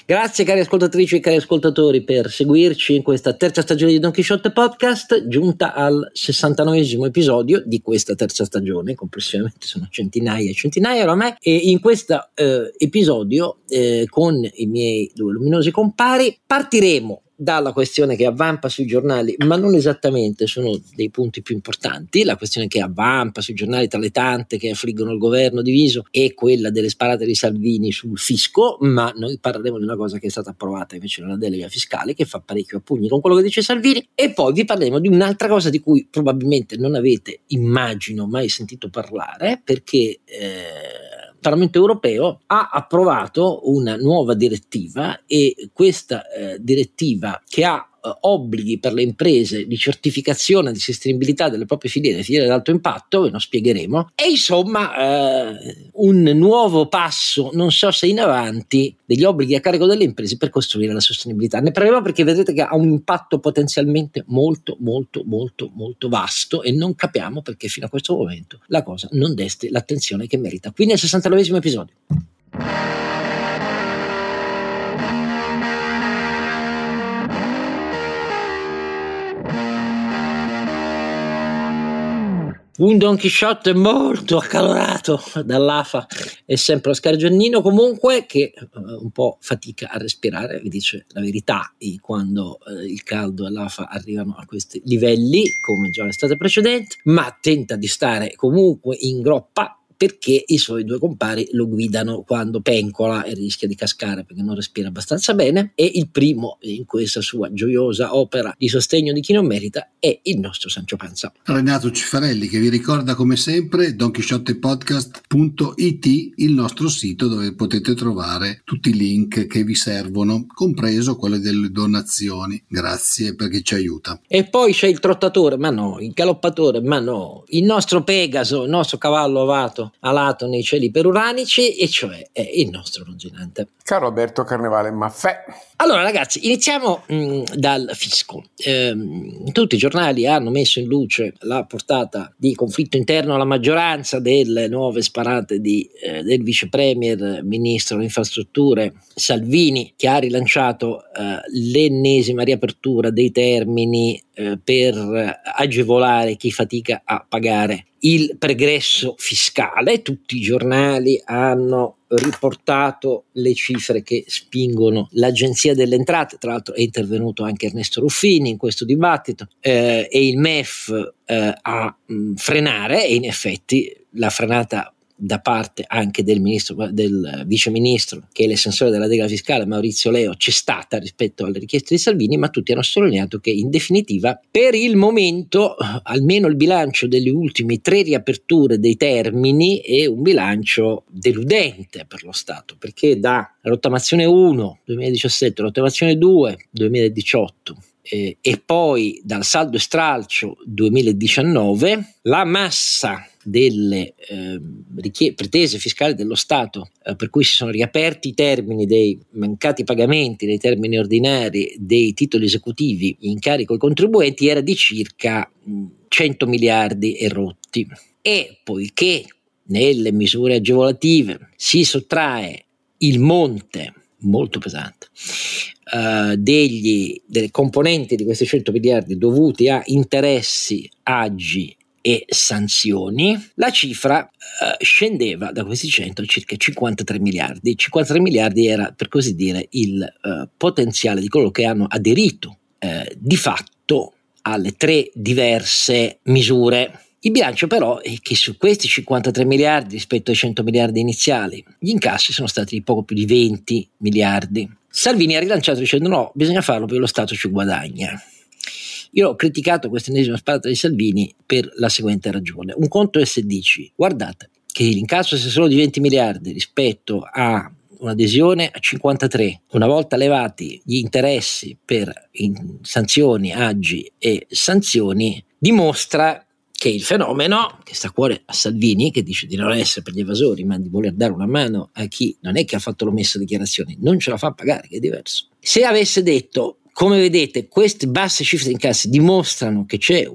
Grazie cari ascoltatrici e cari ascoltatori per seguirci in questa terza stagione di Don Chisciotte Podcast, giunta al 69esimo episodio di questa terza stagione. Complessivamente sono centinaia e centinaia oramai, e in questo episodio con i miei due luminosi compari partiremo dalla questione che avvampa sui giornali, ma non esattamente, sono dei punti più importanti. La questione che avvampa sui giornali tra le tante che affliggono il governo diviso è quella delle sparate di Salvini sul fisco, ma noi parleremo di una cosa che è stata approvata invece nella delega fiscale, che fa parecchio a pugni con quello che dice Salvini, e poi vi parleremo di un'altra cosa di cui probabilmente non avete, immagino, mai sentito parlare, perché il Parlamento europeo ha approvato una nuova direttiva, e questa direttiva, che ha obblighi per le imprese di certificazione di sostenibilità delle proprie filiere ad alto impatto, ve lo spiegheremo, è insomma un nuovo passo, non so se in avanti, degli obblighi a carico delle imprese per costruire la sostenibilità. Ne parleremo perché vedrete che ha un impatto potenzialmente molto vasto, e non capiamo perché fino a questo momento la cosa non desti l'attenzione che merita. Quindi al 69esimo episodio. Un Don Chisciotte molto accalorato dall'afa è sempre Oscar Giannino, comunque, che un po' fatica a respirare, vi dice la verità, e quando il caldo e l'afa arrivano a questi livelli, come già l'estate precedente, ma tenta di stare comunque in groppa, perché i suoi due compari lo guidano quando pencola e rischia di cascare perché non respira abbastanza bene. E il primo in questa sua gioiosa opera di sostegno di chi non merita è il nostro Sancio Panza, Renato Cifarelli, che vi ricorda come sempre donchisciottepodcast.it, il nostro sito dove potete trovare tutti i link che vi servono, compreso quello delle donazioni. Grazie, perché ci aiuta. E poi c'è il trottatore, ma no, il galoppatore, ma no, il nostro Pegaso, il nostro cavallo alato nei cieli peruranici, e cioè è il nostro Longinante, caro Alberto Carnevale Maffè. Allora ragazzi, iniziamo dal fisco. Tutti i giornali hanno messo in luce la portata di conflitto interno alla maggioranza delle nuove sparate del vice premier, ministro delle infrastrutture Salvini, che ha rilanciato l'ennesima riapertura dei termini per agevolare chi fatica a pagare il pregresso fiscale. Tutti i giornali hanno riportato le cifre che spingono l'Agenzia delle Entrate, tra l'altro è intervenuto anche Ernesto Ruffini in questo dibattito, e il MEF a frenare, e in effetti la frenata da parte anche del vice ministro, che è l'estensore della delega fiscale, Maurizio Leo, c'è stata rispetto alle richieste di Salvini, ma tutti hanno sottolineato che in definitiva per il momento almeno il bilancio delle ultime 3 riaperture dei termini è un bilancio deludente per lo Stato, perché da rottamazione 1 2017, rottamazione 2 2018 e poi dal saldo e stralcio 2019, la massa delle pretese fiscali dello Stato per cui si sono riaperti i termini dei mancati pagamenti, dei termini ordinari dei titoli esecutivi in carico ai contribuenti, era di circa 100 miliardi e rotti. E poiché nelle misure agevolative si sottrae il monte molto pesante delle componenti di questi 100 miliardi dovuti a interessi, agi e sanzioni, la cifra scendeva da questi 100 a circa 53 miliardi. 53 miliardi era, per così dire, il potenziale di coloro che hanno aderito di fatto alle 3 diverse misure. Il bilancio però è che su questi 53 miliardi rispetto ai 100 miliardi iniziali, gli incassi sono stati di poco più di 20 miliardi. Salvini ha rilanciato dicendo no, bisogna farlo perché lo Stato ci guadagna. Io ho criticato questa ennesima sparata di Salvini per la seguente ragione. Un conto è se dici, guardate, che l'incasso sia solo di 20 miliardi rispetto a un'adesione a 53, una volta levati gli interessi per sanzioni, agi e sanzioni, dimostra che il fenomeno che sta a cuore a Salvini, che dice di non essere per gli evasori ma di voler dare una mano a chi non è che ha fatto l'omessa dichiarazione, non ce la fa pagare, che è diverso. Se avesse detto, come vedete, queste basse cifre di incassi dimostrano che c'è una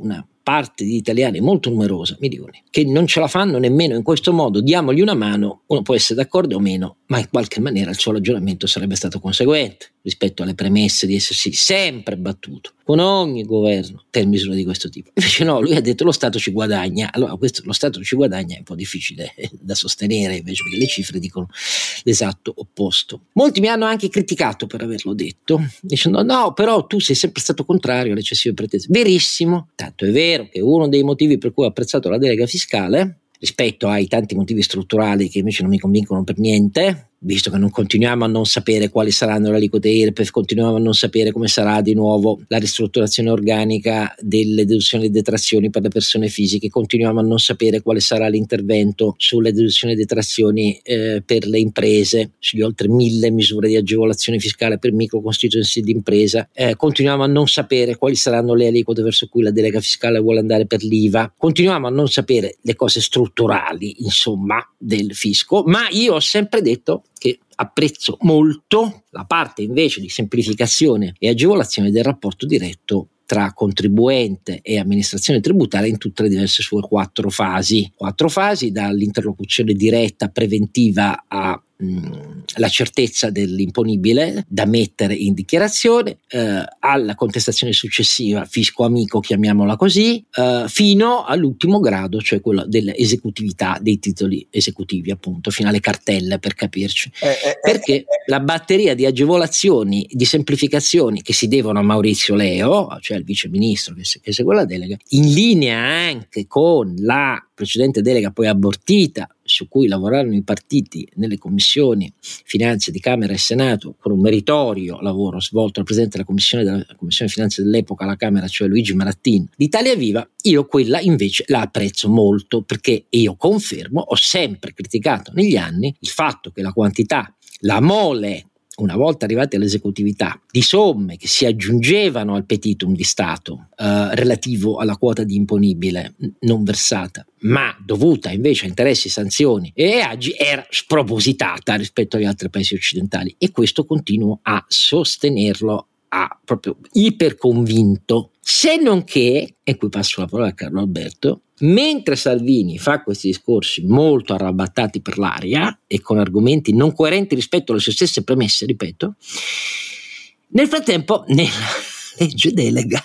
parte di italiani molto numerosa, milioni, che non ce la fanno nemmeno in questo modo. Diamogli una mano, uno può essere d'accordo o meno, ma in qualche maniera il suo ragionamento sarebbe stato conseguente rispetto alle premesse di essersi sempre battuto con ogni governo per misure di questo tipo. Invece no, lui ha detto lo Stato ci guadagna. Allora lo Stato ci guadagna è un po' difficile da sostenere, invece, perché le cifre dicono l'esatto opposto. Molti mi hanno anche criticato per averlo detto, dicendo no, però tu sei sempre stato contrario alle eccessive pretese. Verissimo, tanto è vero che uno dei motivi per cui ho apprezzato la delega fiscale, rispetto ai tanti motivi strutturali che invece non mi convincono per niente, visto che non continuiamo a non sapere quali saranno le aliquote IRPEF, continuiamo a non sapere come sarà di nuovo la ristrutturazione organica delle deduzioni e detrazioni per le persone fisiche, continuiamo a non sapere quale sarà l'intervento sulle deduzioni e detrazioni per le imprese, sugli oltre 1000 misure di agevolazione fiscale per micro constituency di impresa, continuiamo a non sapere quali saranno le aliquote verso cui la delega fiscale vuole andare per l'IVA, continuiamo a non sapere le cose strutturali, insomma, del fisco, ma io ho sempre detto che apprezzo molto la parte invece di semplificazione e agevolazione del rapporto diretto tra contribuente e amministrazione tributaria in tutte le diverse sue quattro fasi, dall'interlocuzione diretta preventiva a la certezza dell'imponibile da mettere in dichiarazione, alla contestazione successiva, fisco amico chiamiamola così, fino all'ultimo grado, cioè quello dell'esecutività dei titoli esecutivi, appunto fino alle cartelle, per capirci, perché la batteria di agevolazioni, di semplificazioni che si devono a Maurizio Leo, cioè il vice ministro che segue la delega, in linea anche con la precedente delega poi abortita, su cui lavorarono i partiti nelle commissioni finanze di Camera e Senato, con un meritorio lavoro svolto dal presidente della commissione finanze dell'epoca alla Camera, cioè Luigi Marattin di Italia Viva. Io quella invece la apprezzo molto, perché io confermo, ho sempre criticato negli anni il fatto che la quantità, la mole, una volta arrivati all'esecutività, di somme che si aggiungevano al petitum di Stato relativo alla quota di imponibile non versata, ma dovuta invece a interessi, sanzioni e agi, era spropositata rispetto agli altri paesi occidentali, e questo continuo a sostenerlo proprio iperconvinto, se non che, e qui passo la parola a Carlo Alberto, mentre Salvini fa questi discorsi molto arrabattati per l'aria e con argomenti non coerenti rispetto alle sue stesse premesse, ripeto, nel frattempo nella legge delega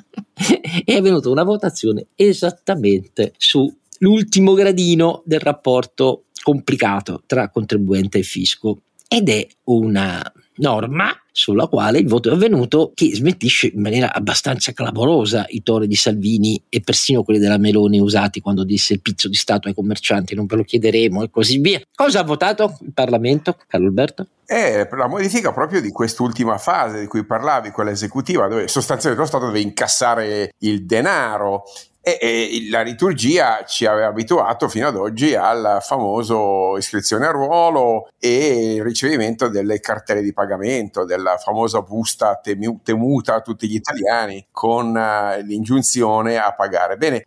è avvenuta una votazione esattamente sull'ultimo gradino del rapporto complicato tra contribuente e fisco, ed è una norma sulla quale il voto è avvenuto, che smentisce in maniera abbastanza clamorosa i toni di Salvini e persino quelli della Meloni usati quando disse il pizzo di Stato ai commercianti, non ve lo chiederemo, e così via. Cosa ha votato il Parlamento, Carlo Alberto? Per la modifica proprio di quest'ultima fase di cui parlavi, quella esecutiva, dove sostanzialmente lo Stato deve incassare il denaro. E la liturgia ci aveva abituato fino ad oggi al famoso iscrizione a ruolo e il ricevimento delle cartelle di pagamento, della famosa busta temuta a tutti gli italiani, con l'ingiunzione a pagare. Bene,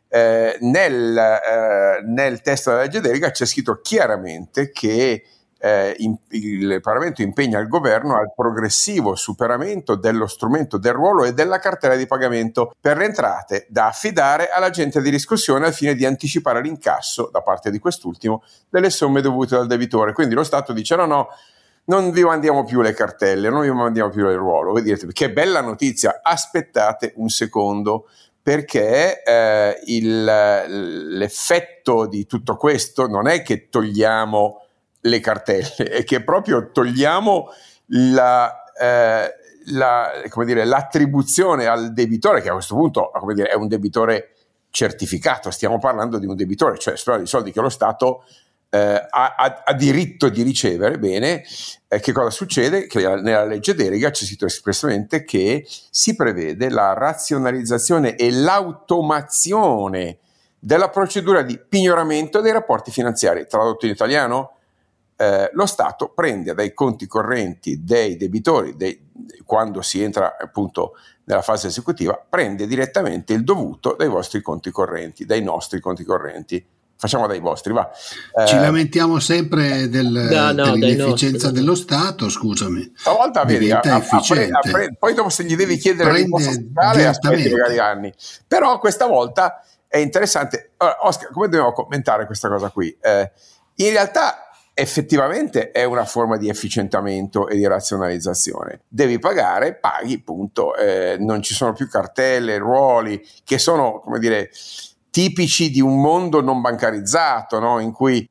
nel testo della legge delega c'è scritto chiaramente che il Parlamento impegna il governo al progressivo superamento dello strumento del ruolo e della cartella di pagamento per le entrate da affidare all'agente di riscossione al fine di anticipare l'incasso da parte di quest'ultimo delle somme dovute dal debitore. Quindi lo Stato dice no, non vi mandiamo più le cartelle, non vi mandiamo più il ruolo. Voi direte che bella notizia, aspettate un secondo, perché l'effetto di tutto questo non è che togliamo le cartelle, è che proprio togliamo l'attribuzione al debitore, che a questo punto, come dire, è un debitore certificato. Stiamo parlando di un debitore, cioè i soldi che lo Stato ha diritto di ricevere. Bene, che cosa succede? Che nella legge delega c'è scritto espressamente che si prevede la razionalizzazione e l'automazione della procedura di pignoramento dei rapporti finanziari. Tradotto in italiano, lo Stato prende dai conti correnti dei debitori, quando si entra appunto nella fase esecutiva, prende direttamente il dovuto dai vostri conti correnti, dai nostri conti correnti. facciamo dai vostri, va. Ci lamentiamo sempre dell'inefficienza dello Stato, scusami. Stavolta vedi, efficiente. poi dopo se gli devi chiedere l'imposta fiscale aspetti magari anni. Però questa volta è interessante. Allora, Oscar, come dobbiamo commentare questa cosa qui? In realtà effettivamente è una forma di efficientamento e di razionalizzazione. Devi pagare, paghi, punto. Non ci sono più cartelle, ruoli, che sono, come dire, tipici di un mondo non bancarizzato, no? In cui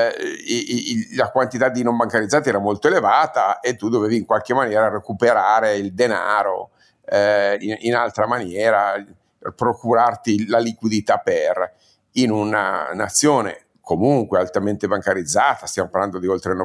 la quantità di non bancarizzati era molto elevata e tu dovevi in qualche maniera recuperare il denaro in altra maniera, procurarti la liquidità in una nazione comunque altamente bancarizzata, stiamo parlando di oltre il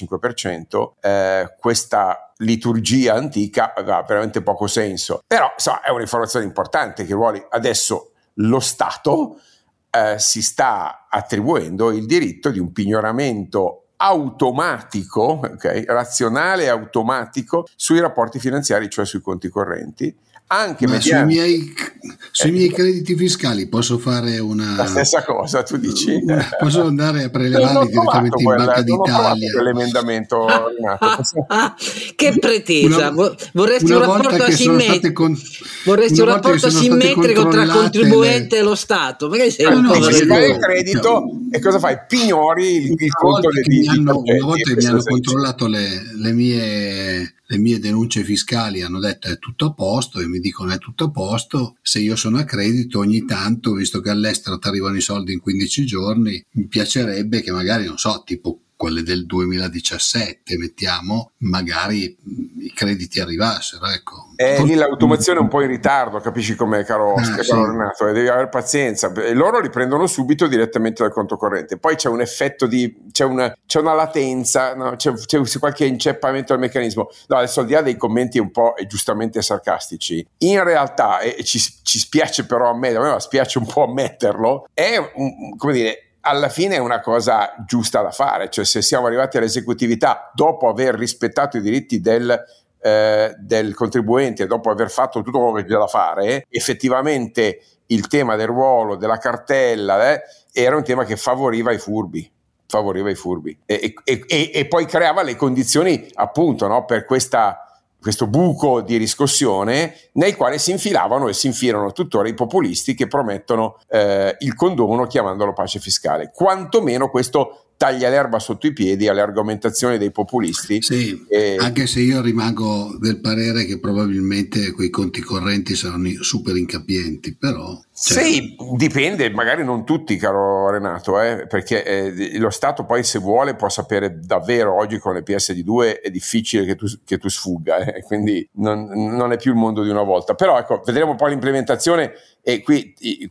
95%, questa liturgia antica aveva veramente poco senso. Però insomma, è un'informazione importante che ruoli adesso lo Stato si sta attribuendo il diritto di un pignoramento automatico, razionale e automatico sui rapporti finanziari, cioè sui conti correnti. Anche sui miei crediti fiscali posso fare la stessa cosa, tu dici? Posso andare a prelevarli direttamente in Banca d'Italia. Quell'emendamento, che pretesa! Vorresti un rapporto asimmetrico? Vorresti un rapporto asimmetrico tra contribuente e lo Stato? Perché sei un fai il credito e cosa fai? Pignori il conto una volta mi hanno controllato le mie denunce fiscali, hanno detto è tutto a posto e mi dicono è tutto a posto. Se io sono a credito, ogni tanto, visto che all'estero ti arrivano i soldi in 15 giorni, mi piacerebbe che magari, non so, tipo quelle del 2017, mettiamo, magari i crediti arrivassero, ecco. Lì l'automazione è un po' in ritardo, capisci com'è, caro Renato, e devi avere pazienza. E loro li prendono subito direttamente dal conto corrente. Poi c'è un effetto c'è una latenza, no? c'è qualche inceppamento del meccanismo. No, adesso al di là dei commenti un po' e giustamente sarcastici, in realtà, e ci spiace però a me spiace un po' ammetterlo, è come dire, alla fine è una cosa giusta da fare, cioè se siamo arrivati all'esecutività dopo aver rispettato i diritti del contribuente e dopo aver fatto tutto quello che c'è da fare, effettivamente il tema del ruolo, della cartella era un tema che favoriva i furbi e poi creava le condizioni appunto, no, per questo buco di riscossione nel quale si infilavano e si infilano tuttora i populisti che promettono il condono chiamandolo pace fiscale. Quantomeno questo taglia l'erba sotto i piedi alle argomentazioni dei populisti. Sì, anche se io rimango del parere che probabilmente quei conti correnti saranno super incapienti, però... Sì, dipende, magari non tutti, caro Renato, perché lo Stato poi se vuole può sapere davvero. Oggi con le PSD2 è difficile che tu sfugga, quindi non è più il mondo di una volta. Però ecco, vedremo poi l'implementazione. E qui i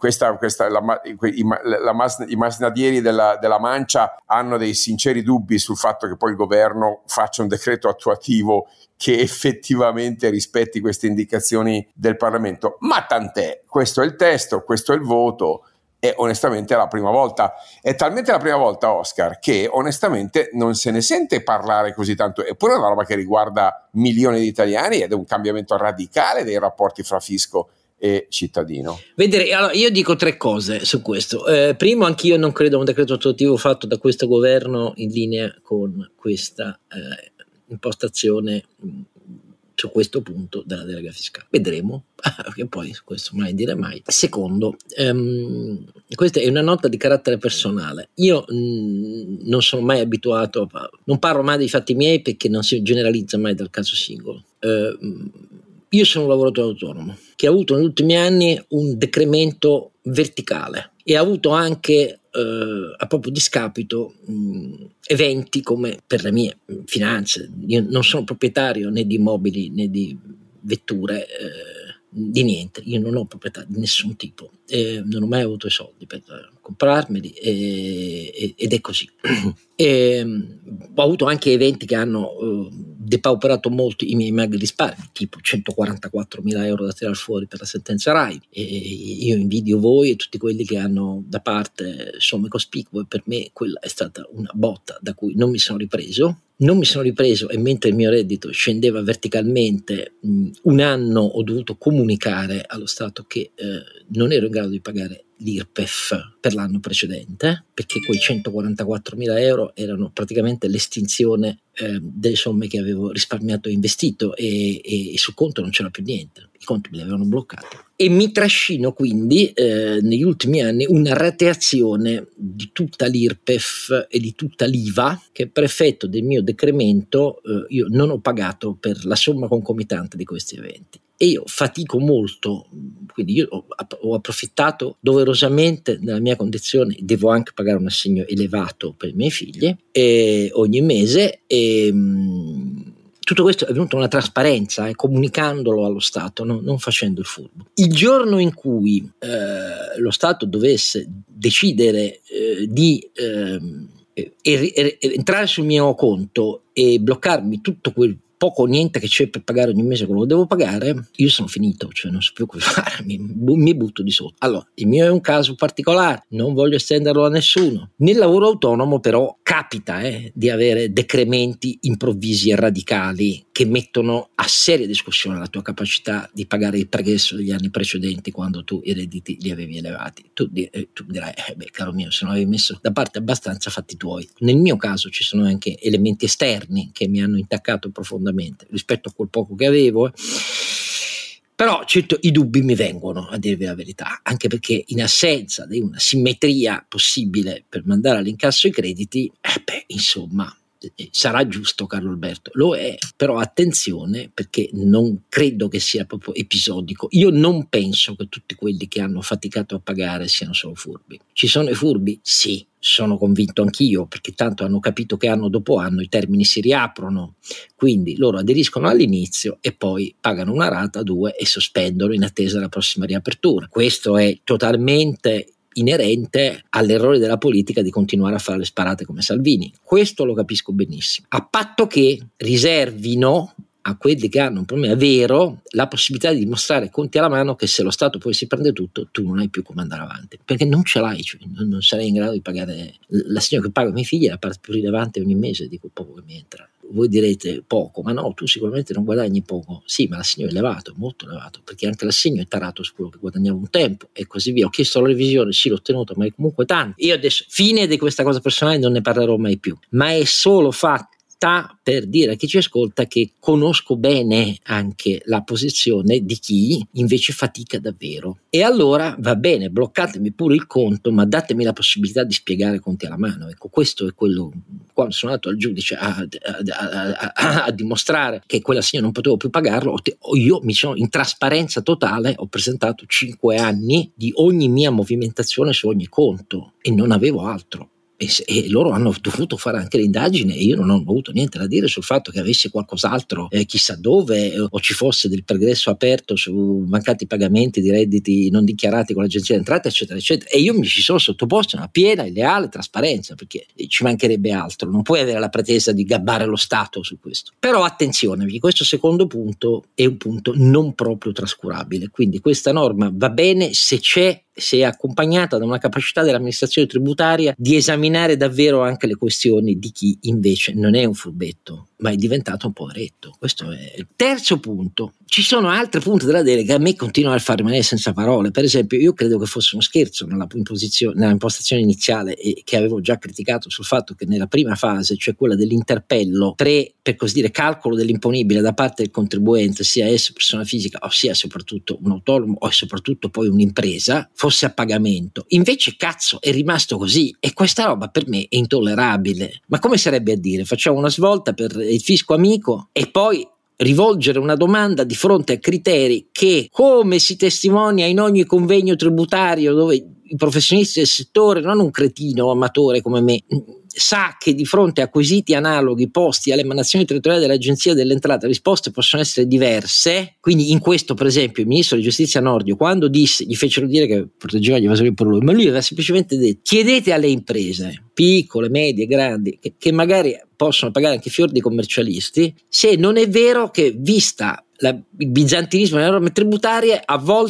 masnadieri della Mancia hanno dei sinceri dubbi sul fatto che poi il governo faccia un decreto attuativo che effettivamente rispetti queste indicazioni del Parlamento. Ma tant'è, questo è il testo, questo è il voto e onestamente è la prima volta. È talmente la prima volta, Oscar, che onestamente non se ne sente parlare così tanto. Eppure è una roba che riguarda milioni di italiani ed è un cambiamento radicale dei rapporti fra fisco e cittadino. Allora, io dico tre cose su questo. Primo, anch'io non credo a un decreto attuativo fatto da questo governo in linea con questa impostazione su questo punto della delega fiscale. Vedremo, che poi su questo mai dire mai. Secondo, questa è una nota di carattere personale. Io non sono mai abituato non parlo mai dei fatti miei perché non si generalizza mai dal caso singolo. Io sono un lavoratore autonomo che ha avuto negli ultimi anni un decremento verticale e ha avuto anche a proprio discapito eventi come per le mie finanze. Io non sono proprietario né di immobili né di vetture, di niente. Io non ho proprietà di nessun tipo, non ho mai avuto i soldi per comprarmeli ed è così. Ho avuto anche eventi che hanno depauperato molto i miei magri risparmi, tipo 144.000 euro da tirare fuori per la sentenza RAI, e io invidio voi e tutti quelli che hanno da parte somme cospicue. Per me quella è stata una botta da cui non mi sono ripreso e mentre il mio reddito scendeva verticalmente, un anno ho dovuto comunicare allo Stato che non ero in grado di pagare l'IRPEF per l'anno precedente, perché quei 144.000 euro erano praticamente l'estinzione delle somme che avevo risparmiato e investito, e sul conto non c'era più niente, i conti me li avevano bloccati. E mi trascino quindi negli ultimi anni una rateazione di tutta l'IRPEF e di tutta l'IVA che, per effetto del mio decremento, io non ho pagato per la somma concomitante di questi eventi. E io fatico molto, quindi io ho approfittato doverosamente della mia condizione, devo anche pagare un assegno elevato per i miei figli ogni mese, e tutto questo è venuto una trasparenza, comunicandolo allo Stato, non facendo il furbo. Il giorno in cui lo Stato dovesse decidere di entrare sul mio conto e bloccarmi tutto quel poco o niente che c'è per pagare ogni mese quello che devo pagare, io sono finito, cioè non so più come fare, mi butto di sotto. Allora, il mio è un caso particolare, non voglio estenderlo a nessuno. Nel lavoro autonomo però capita di avere decrementi improvvisi e radicali che mettono a seria discussione la tua capacità di pagare il pregresso degli anni precedenti, quando tu i redditi li avevi elevati. Tu dirai, caro mio, se non avevi messo da parte abbastanza, fatti tuoi. Nel mio caso ci sono anche elementi esterni che mi hanno intaccato profondamente rispetto a quel poco che avevo, però certo i dubbi mi vengono, a dirvi la verità, anche perché in assenza di una simmetria possibile per mandare all'incasso i crediti, insomma, sarà giusto, Carlo Alberto, lo è, però attenzione, perché non credo che sia proprio episodico. Io non penso che tutti quelli che hanno faticato a pagare siano solo furbi. Ci sono i furbi? Sì, sono convinto anch'io, perché tanto hanno capito che anno dopo anno i termini si riaprono, quindi loro aderiscono all'inizio e poi pagano una rata, due, e sospendono in attesa della prossima riapertura. Questo è totalmente inerente all'errore della politica di continuare a fare le sparate come Salvini. Questo lo capisco benissimo, a patto che riservino a quelli che hanno un problema vero la possibilità di dimostrare conti alla mano che se lo Stato poi si prende tutto, tu non hai più come andare avanti, perché non ce l'hai, cioè non sarei in grado di pagare l'assegno che pago ai miei figli, è la parte più rilevante ogni mese di quel poco che mi entra. Voi direte poco, ma no, tu sicuramente non guadagni poco. Sì, ma l'assegno è elevato, molto elevato, perché anche l'assegno è tarato su quello che guadagniamo un tempo e così via. Ho chiesto la revisione, sì, l'ho ottenuta, ma è comunque tanto. Io adesso, fine di questa cosa personale, non ne parlerò mai più, ma è solo fatto per dire a chi ci ascolta che conosco bene anche la posizione di chi invece fatica davvero. E allora va bene, bloccatemi pure il conto, ma datemi la possibilità di spiegare conti alla mano. Ecco, questo è quello. Quando sono andato al giudice a dimostrare che quell'assegno non potevo più pagarlo, io mi sono in trasparenza totale, ho presentato 5 anni di ogni mia movimentazione su ogni conto e non avevo altro. E loro hanno dovuto fare anche l'indagine e io non ho avuto niente da dire sul fatto che avessi qualcos'altro chissà dove, o ci fosse del pregresso aperto su mancati pagamenti di redditi non dichiarati con l'agenzia d'entrata, eccetera eccetera, e io mi ci sono sottoposto a una piena e leale trasparenza, perché ci mancherebbe altro, non puoi avere la pretesa di gabbare lo Stato su questo. Però attenzione, perché questo secondo punto è un punto non proprio trascurabile, quindi questa norma va bene se è accompagnata da una capacità dell'amministrazione tributaria di esaminare davvero anche le questioni di chi invece non è un furbetto, ma è diventato un poveretto. Questo è il terzo punto. Ci sono altri punti della delega che a me continuano a far rimanere senza parole. Per esempio, io credo che fosse uno scherzo nella impostazione iniziale, e che avevo già criticato sul fatto che nella prima fase, cioè quella dell'interpello per così dire calcolo dell'imponibile da parte del contribuente, sia esso persona fisica o sia soprattutto un autonomo o soprattutto poi un'impresa, fosse a pagamento. Invece cazzo è rimasto così, e questa roba per me è intollerabile. Ma come sarebbe a dire facciamo una svolta per il fisco amico e poi rivolgere una domanda di fronte a criteri che, come si testimonia in ogni convegno tributario dove i professionisti del settore, non un cretino amatore come me, sa che di fronte a quesiti analoghi posti alle emanazioni territoriali dell'Agenzia delle Entrate le risposte possono essere diverse. Quindi in questo, per esempio, il ministro di giustizia Nordio, quando gli fecero dire che proteggeva gli evasori per lui, ma lui aveva semplicemente detto: chiedete alle imprese piccole, medie, grandi, che magari possono pagare anche fior di commercialisti, se non è vero che, vista il bizantinismo delle norme tributarie, a volte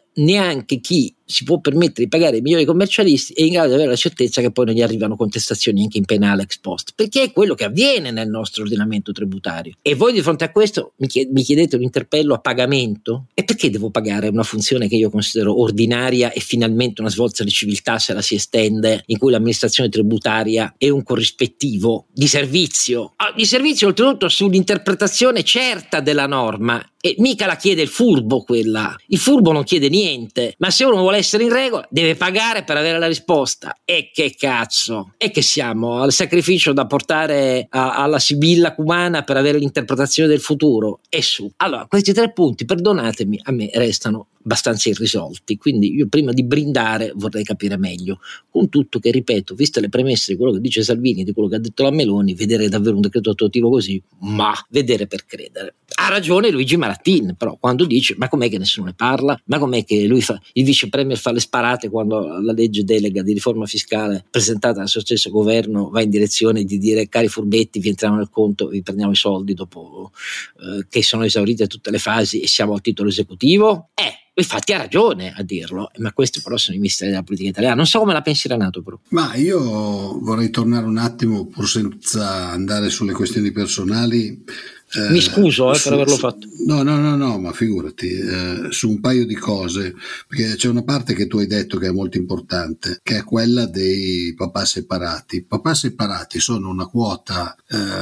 neanche chi si può permettere di pagare i migliori commercialisti è in grado di avere la certezza che poi non gli arrivano contestazioni anche in penale ex post, perché è quello che avviene nel nostro ordinamento tributario. E voi di fronte a questo mi chiedete un interpello a pagamento? E perché devo pagare una funzione che io considero ordinaria e finalmente una svolta di civiltà se la si estende, in cui l'amministrazione tributaria è un corrispettivo di servizio oltretutto sull'interpretazione certa della norma, e mica la chiede il furbo quella. Il furbo non chiede niente, ma se uno vuole essere in regola deve pagare per avere la risposta. E che cazzo? E che siamo al sacrificio da portare alla Sibilla cumana per avere l'interpretazione del futuro? E su. Allora, questi 3 punti, perdonatemi, a me restano abbastanza irrisolti, quindi io prima di brindare vorrei capire meglio, con tutto che, ripeto, viste le premesse di quello che dice Salvini, di quello che ha detto la Meloni, vedere davvero un decreto attuativo così, ma vedere per credere. Ha ragione Luigi Marattin, però, quando dice ma com'è che nessuno ne parla, ma com'è che lui il vice premier fa le sparate quando la legge delega di riforma fiscale presentata dal suo stesso governo va in direzione di dire cari furbetti, vi entriamo nel conto, vi prendiamo i soldi dopo che sono esaurite tutte le fasi e siamo al titolo esecutivo? Infatti ha ragione a dirlo, ma questi però sono i misteri della politica italiana. Non so come la pensi, Renato, però. Ma io vorrei tornare un attimo, pur senza andare sulle questioni personali. Mi scuso per averlo fatto. No, ma figurati, su un paio di cose, perché c'è una parte che tu hai detto che è molto importante, che è quella dei papà separati. I papà separati sono una quota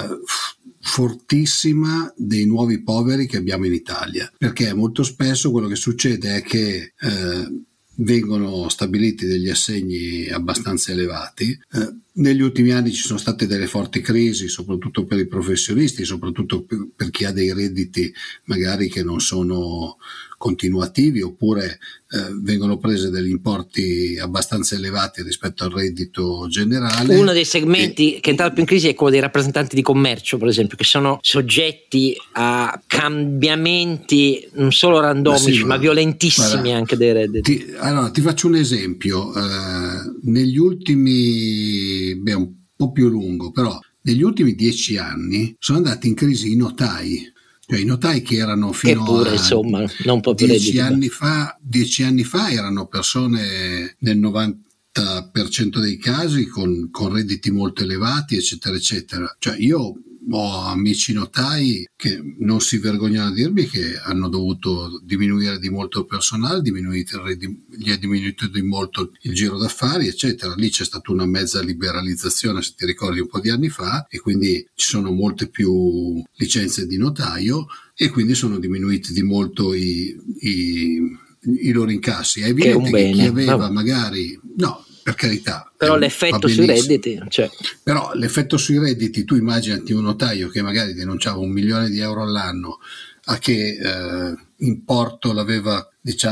fortissima dei nuovi poveri che abbiamo in Italia, perché molto spesso quello che succede è che vengono stabiliti degli assegni abbastanza elevati. Negli ultimi anni ci sono state delle forti crisi, soprattutto per i professionisti, soprattutto per chi ha dei redditi magari che non sono continuativi, oppure vengono prese degli importi abbastanza elevati rispetto al reddito generale. Uno dei segmenti che è entrato più in crisi è quello dei rappresentanti di commercio, per esempio, che sono soggetti a cambiamenti non solo randomici, ma violentissimi, guarda, anche dei redditi. Allora, ti faccio un esempio. Negli ultimi, un po' più lungo, però negli ultimi 10 anni sono andati in crisi i notai. Cioè, i notai che erano fino pure, insomma, non po' 10 anni fa erano persone nel 90% dei casi con redditi molto elevati, eccetera, eccetera. Cioè, io ho amici notai che non si vergognano a dirmi che hanno dovuto diminuire di molto il personale, gli è diminuito di molto il giro d'affari, eccetera. Lì c'è stata una mezza liberalizzazione, se ti ricordi, un po' di anni fa, e quindi ci sono molte più licenze di notaio e quindi sono diminuiti di molto i loro incassi. È evidente che chi aveva magari... No, per carità. Però l'effetto sui redditi, cioè. Però l'effetto sui redditi, tu immaginati un notaio che magari denunciava 1 milione di euro all'anno, a che importo l'aveva,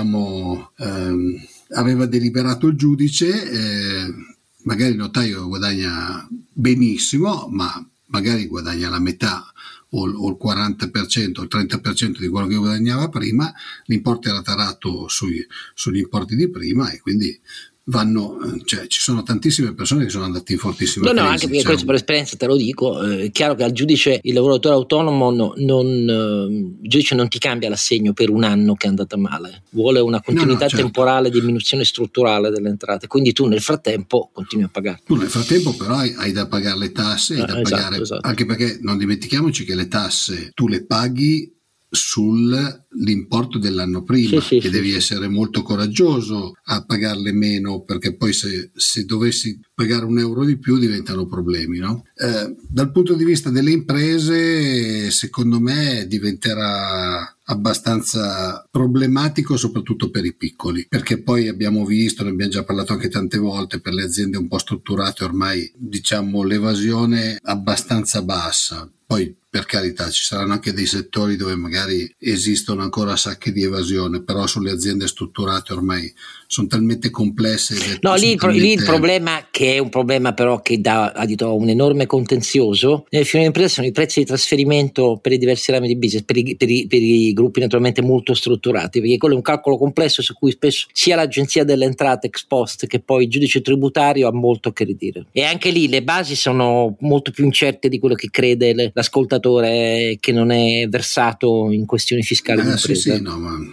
aveva deliberato il giudice, magari il notaio guadagna benissimo, ma magari guadagna la metà o il 40% o il 30% di quello che guadagnava prima, l'importo era tarato sugli importi di prima, e quindi ci sono tantissime persone che sono andate in fortissima crisi. No, anche perché questo per esperienza te lo dico, è chiaro che al giudice, il lavoratore autonomo, il giudice non ti cambia l'assegno per un anno che è andata male, vuole una continuità temporale, diminuzione strutturale delle entrate, quindi tu nel frattempo continui a pagare. Tu nel frattempo però hai da pagare le tasse, pagare, esatto. Anche perché non dimentichiamoci che le tasse tu le paghi sull'importo dell'anno prima, che devi essere molto coraggioso a pagarle meno, perché poi se dovessi pagare €1 di più diventano problemi, no? Dal punto di vista delle imprese, secondo me diventerà abbastanza problematico, soprattutto per i piccoli, perché poi abbiamo visto, ne abbiamo già parlato anche tante volte, per le aziende un po' strutturate ormai l'evasione abbastanza bassa. Poi, per carità, ci saranno anche dei settori dove magari esistono ancora sacche di evasione, però sulle aziende strutturate ormai sono talmente complesse. No, lì il problema, che è un problema però che dà adito a un enorme contenzioso, nelle firme di impresa sono i prezzi di trasferimento per i diversi rami di business, per i gruppi naturalmente molto strutturati, perché quello è un calcolo complesso su cui spesso sia l'agenzia delle entrate ex post che poi il giudice tributario ha molto che ridire. E anche lì le basi sono molto più incerte di quello che crede l'ascoltatore che non è versato in questioni fiscali di impresa. No, ma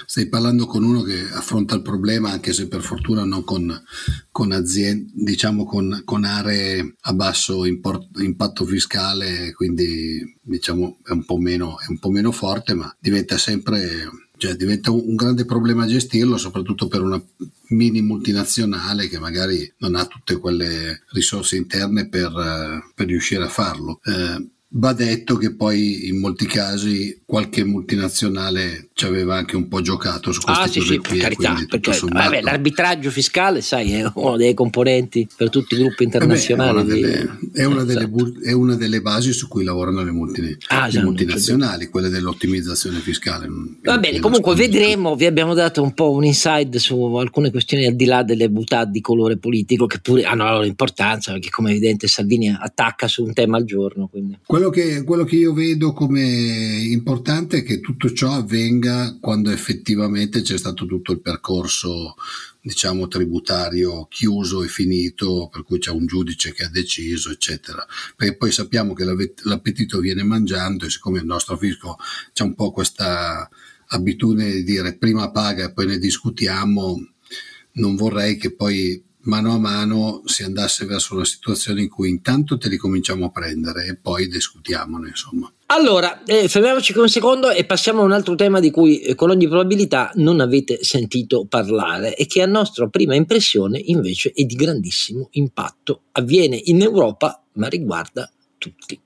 stai parlando con uno che affronta il problema, anche se per fortuna non con aziende, diciamo con aree a basso impatto fiscale, quindi diciamo è un po' meno forte, ma diventa un grande problema gestirlo, soprattutto per una mini multinazionale che magari non ha tutte quelle risorse interne per riuscire a farlo. Va detto che poi in molti casi qualche multinazionale ci aveva anche un po' giocato su queste cose qui, per carità, perché sommato, l'arbitraggio fiscale, sai, è uno dei componenti per tutti i gruppi internazionali. È una delle basi su cui lavorano le multinazionali, quelle dell'ottimizzazione fiscale. Va bene, comunque vedremo, vi abbiamo dato un po' un insight su alcune questioni al di là delle boutade di colore politico, che pure hanno la loro importanza, perché come è evidente Salvini attacca su un tema al giorno. Quindi. Quello che io vedo come importante è che tutto ciò avvenga quando effettivamente c'è stato tutto il percorso, diciamo, tributario chiuso e finito, per cui c'è un giudice che ha deciso, eccetera. Perché poi sappiamo che l'appetito viene mangiando, e siccome il nostro fisco c'è un po' questa abitudine di dire prima paga e poi ne discutiamo, non vorrei che poi mano a mano si andasse verso una situazione in cui intanto te li cominciamo a prendere e poi discutiamone, insomma. Allora, fermiamoci per un secondo e passiamo a un altro tema di cui con ogni probabilità non avete sentito parlare e che a nostra prima impressione invece è di grandissimo impatto. Avviene in Europa ma riguarda tutti.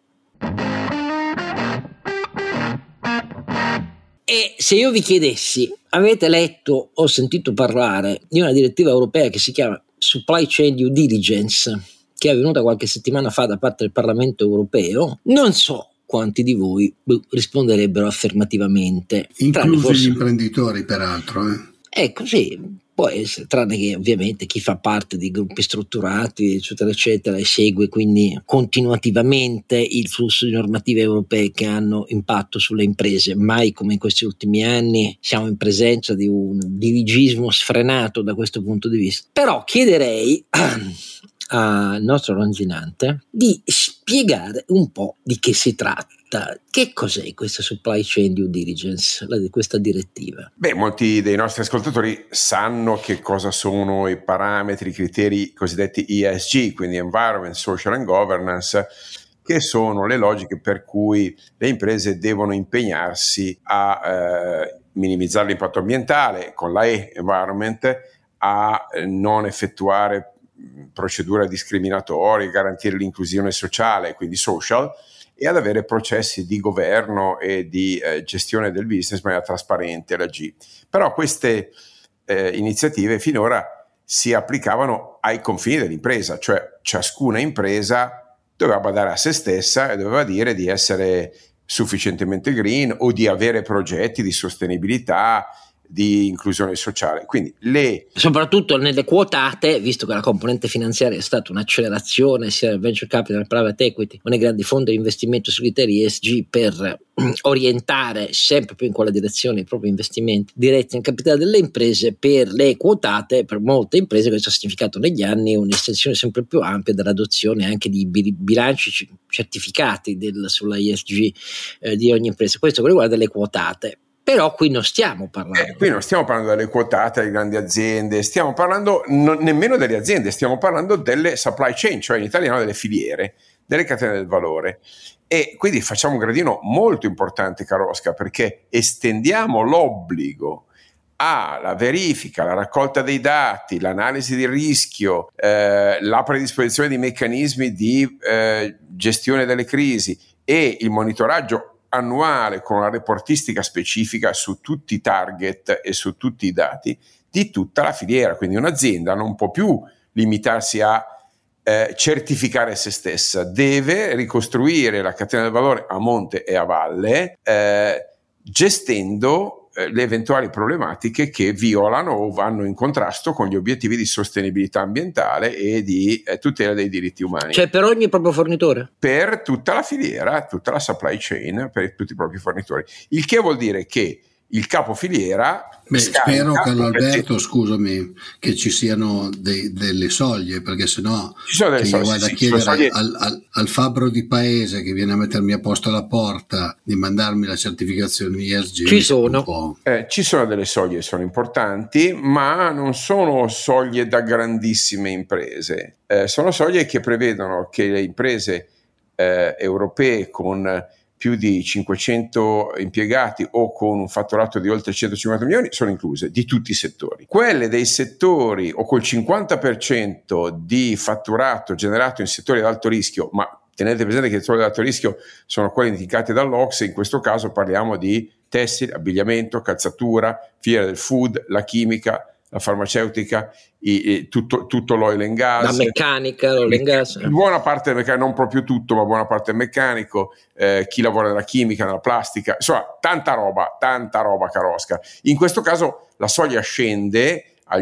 E se io vi chiedessi, avete letto o sentito parlare di una direttiva europea che si chiama Supply Chain Due Diligence, che è venuta qualche settimana fa da parte del Parlamento europeo, non so quanti di voi risponderebbero affermativamente. Inclusi gli imprenditori, peraltro. Ecco, sì, può essere, tranne che ovviamente chi fa parte di gruppi strutturati, eccetera, eccetera, e segue quindi continuativamente il flusso di normative europee che hanno impatto sulle imprese. Mai come in questi ultimi anni siamo in presenza di un dirigismo sfrenato da questo punto di vista. Però chiederei al nostro Longinante di spiegare un po' di che si tratta. Che cos'è questa Supply Chain Due Diligence, questa direttiva? Beh, molti dei nostri ascoltatori sanno che cosa sono i parametri, i criteri cosiddetti ESG, quindi Environment, Social and Governance, che sono le logiche per cui le imprese devono impegnarsi a minimizzare l'impatto ambientale con la Environment, a non effettuare procedure discriminatorie, garantire l'inclusione sociale, quindi social, e ad avere processi di governo e di gestione del business in maniera trasparente, la G. Però queste iniziative finora si applicavano ai confini dell'impresa, cioè ciascuna impresa doveva badare a se stessa e doveva dire di essere sufficientemente green o di avere progetti di sostenibilità, di inclusione sociale. Quindi soprattutto nelle quotate, visto che la componente finanziaria è stata un'accelerazione sia del venture capital, private equity, con i grandi fondi di investimento sui criteri ESG per orientare sempre più in quella direzione i propri investimenti diretti in capitale delle imprese, per le quotate, per molte imprese questo ha significato negli anni un'estensione sempre più ampia dell'adozione anche di bilanci certificati sulla ESG di ogni impresa. Questo riguarda le quotate. Però qui non stiamo parlando. Qui non stiamo parlando delle quotate, delle grandi aziende, stiamo parlando nemmeno delle aziende, stiamo parlando delle supply chain, cioè in italiano delle filiere, delle catene del valore. E quindi facciamo un gradino molto importante, caro Oscar, perché estendiamo l'obbligo alla verifica, la raccolta dei dati, l'analisi di rischio, la predisposizione di meccanismi di gestione delle crisi e il monitoraggio annuale con una reportistica specifica su tutti i target e su tutti i dati di tutta la filiera. Quindi un'azienda non può più limitarsi a certificare se stessa, deve ricostruire la catena del valore a monte e a valle, gestendo le eventuali problematiche che violano o vanno in contrasto con gli obiettivi di sostenibilità ambientale e di tutela dei diritti umani. Cioè per ogni proprio fornitore? Per tutta la filiera, tutta la supply chain, per tutti i propri fornitori. Il che vuol dire che il capo filiera. Spero, Carlo Alberto, scusami, che ci siano delle soglie, perché sennò che io vado a chiedere al fabbro di paese che viene a mettermi a posto alla porta di mandarmi la certificazione ESG. Ci sono delle soglie, sono importanti, ma non sono soglie da grandissime imprese. Sono soglie che prevedono che le imprese europee con più di 500 impiegati o con un fatturato di oltre 150 milioni sono incluse, di tutti i settori. Quelle dei settori o col 50% di fatturato generato in settori ad alto rischio, ma tenete presente che i settori ad alto rischio sono quelli indicati dall'OCSE, in questo caso parliamo di tessile, abbigliamento, calzatura, fiera del food, la chimica, la farmaceutica, tutto l'oil and gas, la meccanica, l'oil and gas, buona parte del meccanico, non proprio tutto, ma buona parte del meccanico, chi lavora nella chimica, nella plastica, insomma tanta roba carosca. In questo caso la soglia scende al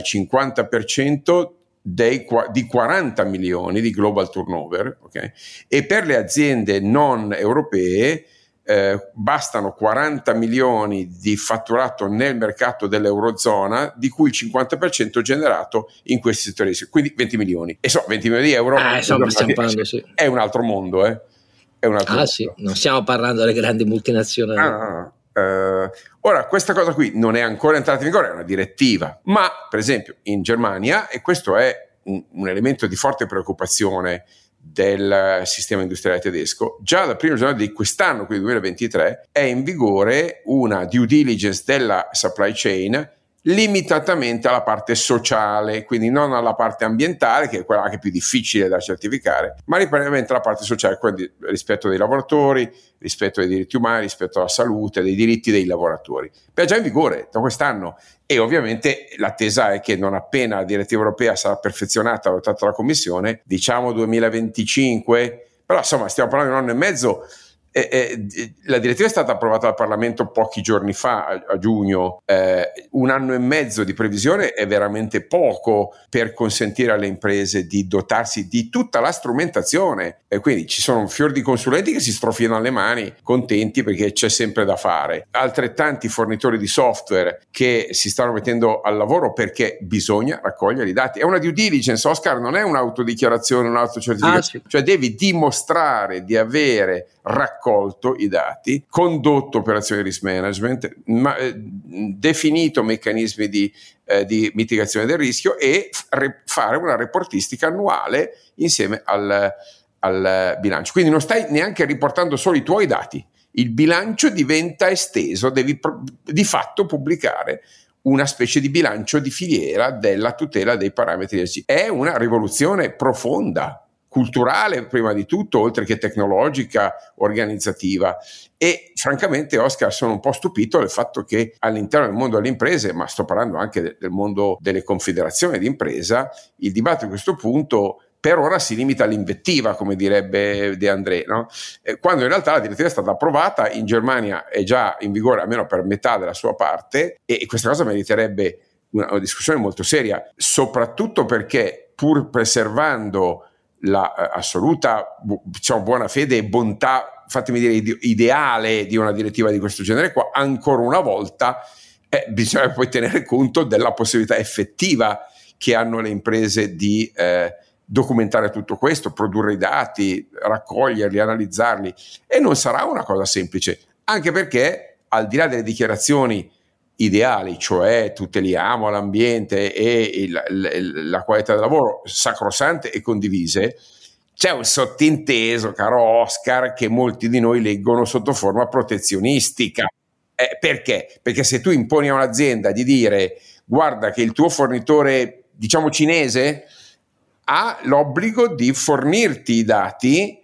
50% di 40 milioni di global turnover, okay? E per le aziende non europee bastano 40 milioni di fatturato nel mercato dell'Eurozona, di cui il 50% generato in questi settori, quindi 20 milioni. E 20 milioni di euro stiamo parlando, sì. È un altro mondo. È un altro mondo. Sì, non stiamo parlando delle grandi multinazionali. Ora, questa cosa qui non è ancora entrata in vigore, è una direttiva, ma per esempio in Germania, e questo è un elemento di forte preoccupazione del sistema industriale tedesco, già dal 1 gennaio di quest'anno, quindi 2023, è in vigore una due diligence della supply chain limitatamente alla parte sociale, quindi non alla parte ambientale, che è quella che è più difficile da certificare, ma ripetatamente alla parte sociale, quindi rispetto dei lavoratori, rispetto ai diritti umani, rispetto alla salute, dei diritti dei lavoratori. È già in vigore da quest'anno e ovviamente l'attesa è che non appena la direttiva europea sarà perfezionata, adottata dalla Commissione, diciamo 2025, però insomma stiamo parlando di un anno e mezzo. La direttiva è stata approvata dal Parlamento pochi giorni fa, a giugno. Un anno e mezzo di previsione è veramente poco per consentire alle imprese di dotarsi di tutta la strumentazione, e quindi ci sono un fior di consulenti che si strofinano le mani contenti perché c'è sempre da fare, altrettanti fornitori di software che si stanno mettendo al lavoro perché bisogna raccogliere i dati. È una due diligence, Oscar, non è un'autodichiarazione, un'autocertificazione, cioè devi dimostrare di avere raccolto i dati, condotto operazioni di risk management, definito meccanismi di mitigazione del rischio e fare una reportistica annuale insieme al bilancio. Quindi non stai neanche riportando solo i tuoi dati, il bilancio diventa esteso, devi di fatto pubblicare una specie di bilancio di filiera della tutela dei parametri ESG. È una rivoluzione profonda, culturale prima di tutto, oltre che tecnologica, organizzativa. E francamente, Oscar, sono un po' stupito del fatto che all'interno del mondo delle imprese, ma sto parlando anche del mondo delle confederazioni di impresa, il dibattito a questo punto per ora si limita all'invettiva, come direbbe De André, no? Quando in realtà la direttiva è stata approvata, in Germania è già in vigore almeno per metà della sua parte, e questa cosa meriterebbe una discussione molto seria, soprattutto perché pur preservando la assoluta, diciamo, buona fede e bontà, fatemi dire, ideale di una direttiva di questo genere qua, ancora una volta bisogna poi tenere conto della possibilità effettiva che hanno le imprese di documentare tutto questo, produrre i dati, raccoglierli, analizzarli, e non sarà una cosa semplice, anche perché al di là delle dichiarazioni ideali, cioè tuteliamo l'ambiente e la qualità del lavoro sacrosante e condivise, c'è un sottinteso, caro Oscar, che molti di noi leggono sotto forma protezionistica. Perché? Perché se tu imponi a un'azienda di dire guarda che il tuo fornitore, diciamo cinese, ha l'obbligo di fornirti i dati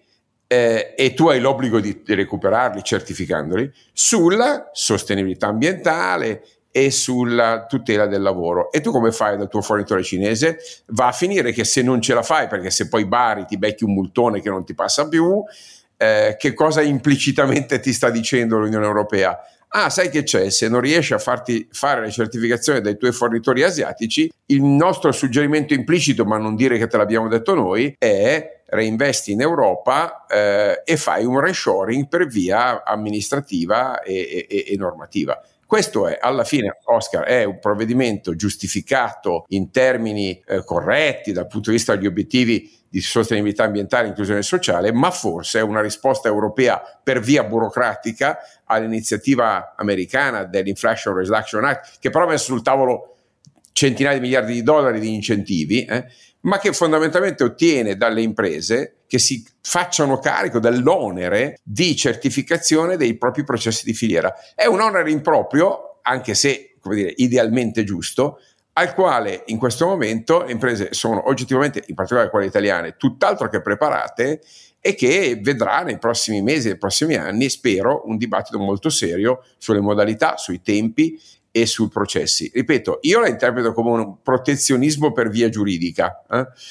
e tu hai l'obbligo di recuperarli certificandoli sulla sostenibilità ambientale e sulla tutela del lavoro, e tu come fai dal tuo fornitore cinese? Va a finire che se non ce la fai, perché se poi bari ti becchi un multone che non ti passa più, che cosa implicitamente ti sta dicendo l'Unione Europea? Sai che c'è, se non riesci a farti fare le certificazioni dai tuoi fornitori asiatici, il nostro suggerimento implicito, ma non dire che te l'abbiamo detto noi, è reinvesti in Europa e fai un reshoring per via amministrativa e normativa. Questo è, alla fine, Oscar, è un provvedimento giustificato in termini corretti dal punto di vista degli obiettivi di sostenibilità ambientale e inclusione sociale, ma forse è una risposta europea per via burocratica all'iniziativa americana dell'Inflation Reduction Act, che però ha messo sul tavolo centinaia di miliardi di dollari di incentivi, ma che fondamentalmente ottiene dalle imprese che si facciano carico dell'onere di certificazione dei propri processi di filiera. È un onere improprio, anche se, come dire, idealmente giusto, al quale in questo momento le imprese sono oggettivamente, in particolare quelle italiane, tutt'altro che preparate, e che vedrà nei prossimi mesi, nei prossimi anni, spero, un dibattito molto serio sulle modalità, sui tempi e sui processi. Ripeto, io la interpreto come un protezionismo per via giuridica,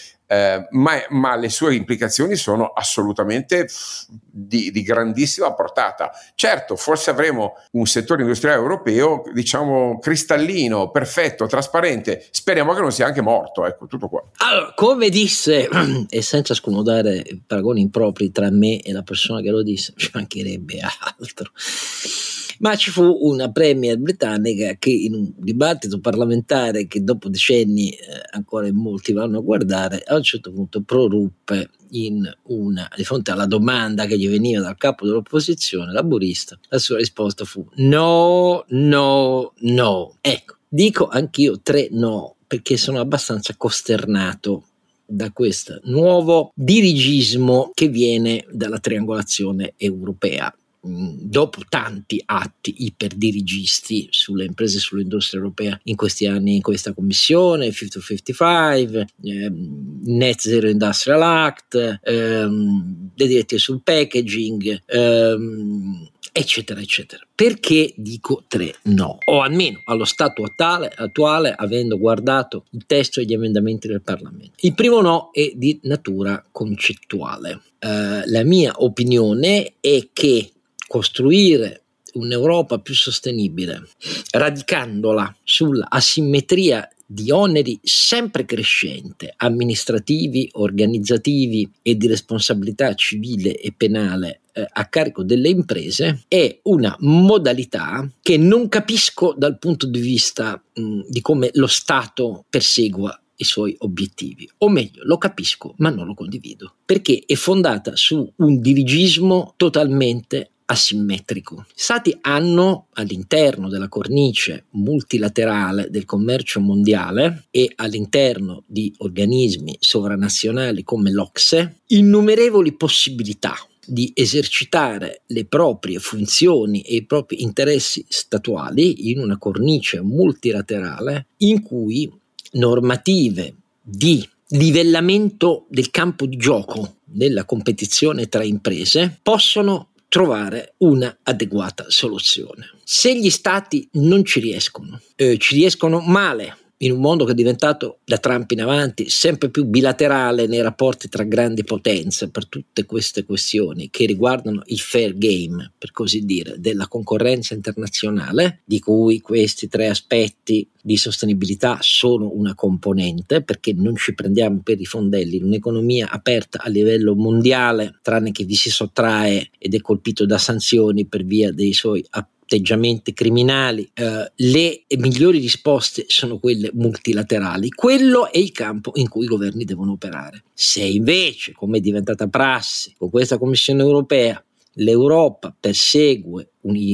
ma le sue implicazioni sono assolutamente di grandissima portata. Certo, forse avremo un settore industriale europeo, diciamo, cristallino, perfetto, trasparente. Speriamo che non sia anche morto, ecco, tutto qua. Allora, come disse, e senza scomodare paragoni impropri tra me e la persona che lo disse, ci mancherebbe altro, ma ci fu una premier britannica che in un dibattito parlamentare che dopo decenni ancora in molti vanno a guardare, a un certo punto proruppe di fronte alla domanda che gli veniva dal capo dell'opposizione laburista, la sua risposta fu no, no, no. Ecco, dico anch'io 3 no, perché sono abbastanza costernato da questo nuovo dirigismo che viene dalla triangolazione europea. Dopo tanti atti iperdirigisti sulle imprese e sull'industria europea in questi anni, in questa commissione, Fit for 55, Net Zero Industrial Act, le direttive sul packaging, eccetera eccetera. Perché dico 3 no? O almeno allo stato attuale, avendo guardato il testo e gli emendamenti del Parlamento. Il primo no è di natura concettuale. La mia opinione è che costruire un'Europa più sostenibile, radicandola sull'asimmetria di oneri sempre crescente, amministrativi, organizzativi e di responsabilità civile e penale a carico delle imprese, è una modalità che non capisco dal punto di vista di come lo Stato persegua i suoi obiettivi, o meglio, lo capisco ma non lo condivido, perché è fondata su un dirigismo totalmente asimmetrico. Gli Stati hanno all'interno della cornice multilaterale del commercio mondiale e all'interno di organismi sovranazionali come l'OCSE innumerevoli possibilità di esercitare le proprie funzioni e i propri interessi statuali in una cornice multilaterale in cui normative di livellamento del campo di gioco nella competizione tra imprese possono trovare una adeguata soluzione. Se gli stati non ci riescono male, in un mondo che è diventato da Trump in avanti sempre più bilaterale nei rapporti tra grandi potenze per tutte queste questioni che riguardano il fair game, per così dire, della concorrenza internazionale, di cui questi 3 aspetti di sostenibilità sono una componente, perché non ci prendiamo per i fondelli. Un'economia aperta a livello mondiale, tranne che vi si sottrae ed è colpito da sanzioni per via dei suoi atteggiamenti criminali, le migliori risposte sono quelle multilaterali. Quello è il campo in cui i governi devono operare. Se invece, come è diventata prassi con questa Commissione europea, l'Europa persegue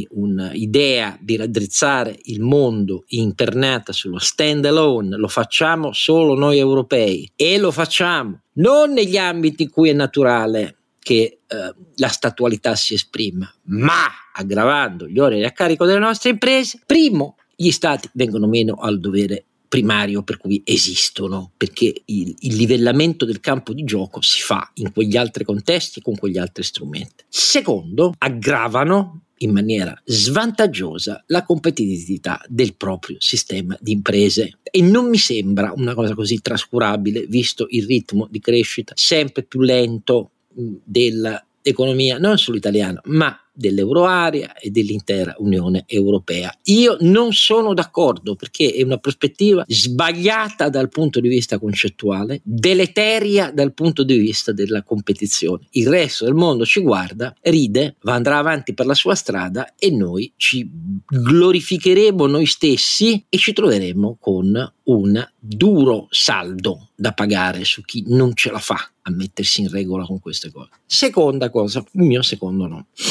un'idea di raddrizzare il mondo internata sullo stand alone, lo facciamo solo noi europei e lo facciamo non negli ambiti in cui è naturale che la statualità si esprima, ma aggravando gli oneri a carico delle nostre imprese. Primo, gli stati vengono meno al dovere primario per cui esistono, perché il livellamento del campo di gioco si fa in quegli altri contesti con quegli altri strumenti. Secondo, aggravano in maniera svantaggiosa la competitività del proprio sistema di imprese, e non mi sembra una cosa così trascurabile visto il ritmo di crescita sempre più lento dell'economia non solo italiana ma dell'euroarea e dell'intera Unione Europea. Io non sono d'accordo, perché è una prospettiva sbagliata dal punto di vista concettuale, deleteria dal punto di vista della competizione. Il resto del mondo ci guarda, ride, andrà avanti per la sua strada e noi ci glorificheremo noi stessi e ci troveremo con un duro saldo da pagare su chi non ce la fa a mettersi in regola con queste cose. Seconda cosa, il mio secondo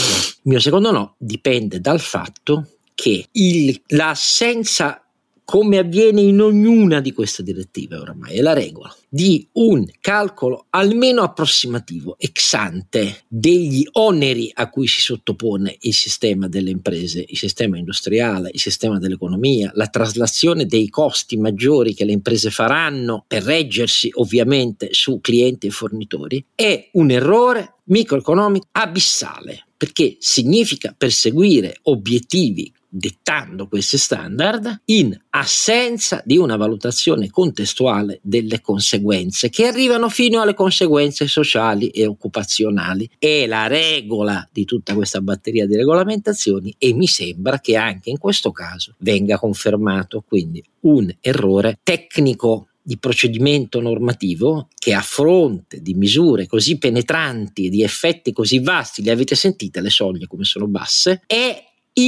no dipende dal fatto che l'assenza, come avviene in ognuna di queste direttive oramai, è la regola di un calcolo almeno approssimativo ex ante degli oneri a cui si sottopone il sistema delle imprese, il sistema industriale, il sistema dell'economia, la traslazione dei costi maggiori che le imprese faranno per reggersi ovviamente su clienti e fornitori, è un errore microeconomico abissale, perché significa perseguire obiettivi dettando questi standard in assenza di una valutazione contestuale delle conseguenze, che arrivano fino alle conseguenze sociali e occupazionali. È la regola di tutta questa batteria di regolamentazioni e mi sembra che anche in questo caso venga confermato quindi un errore tecnico di procedimento normativo che, a fronte di misure così penetranti e di effetti così vasti, le avete sentite le soglie come sono basse, è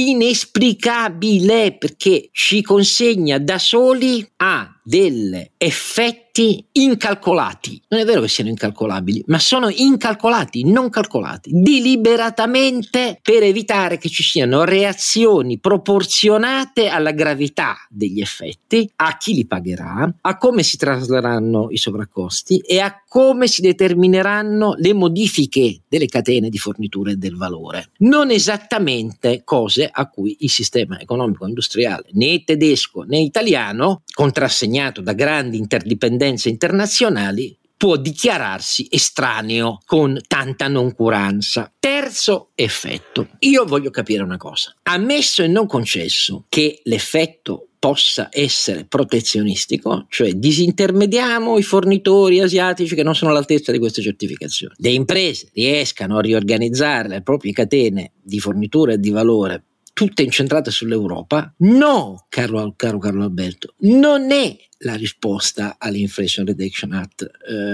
inesplicabile, perché ci consegna da soli a delle effetti incalcolati. Non è vero che siano incalcolabili, ma sono incalcolati, non calcolati, deliberatamente, per evitare che ci siano reazioni proporzionate alla gravità degli effetti, a chi li pagherà, a come si trasleranno i sovraccosti e a come si determineranno le modifiche delle catene di fornitura e del valore. Non esattamente cose a cui il sistema economico industriale, né tedesco né italiano, contrassegnato da grandi interdipendenze internazionali, può dichiararsi estraneo con tanta noncuranza. Terzo effetto. Io voglio capire una cosa. Ammesso e non concesso che l'effetto possa essere protezionistico, cioè disintermediamo i fornitori asiatici che non sono all'altezza di queste certificazioni, le imprese riescano a riorganizzare le proprie catene di fornitura e di valore tutte incentrate sull'Europa, no, caro Alberto, non è la risposta all'Inflation Reduction Act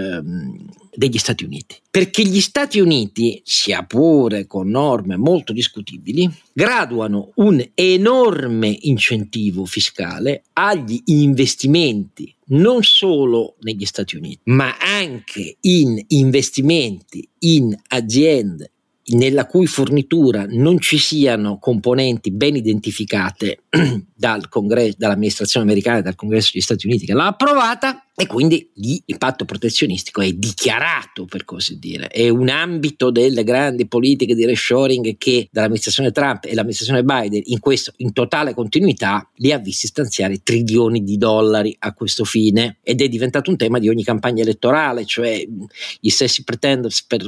degli Stati Uniti, perché gli Stati Uniti, sia pure con norme molto discutibili, graduano un enorme incentivo fiscale agli investimenti non solo negli Stati Uniti, ma anche in investimenti in aziende nella cui fornitura non ci siano componenti ben identificate dal Congresso, dall'amministrazione americana e dal Congresso degli Stati Uniti che l'ha approvata, e quindi lì il patto protezionistico è dichiarato, per così dire. È un ambito delle grandi politiche di reshoring che dall'amministrazione Trump e l'amministrazione Biden, in questo, in totale continuità, li ha visti stanziare $trilioni a questo fine, ed è diventato un tema di ogni campagna elettorale, cioè gli stessi pretenders per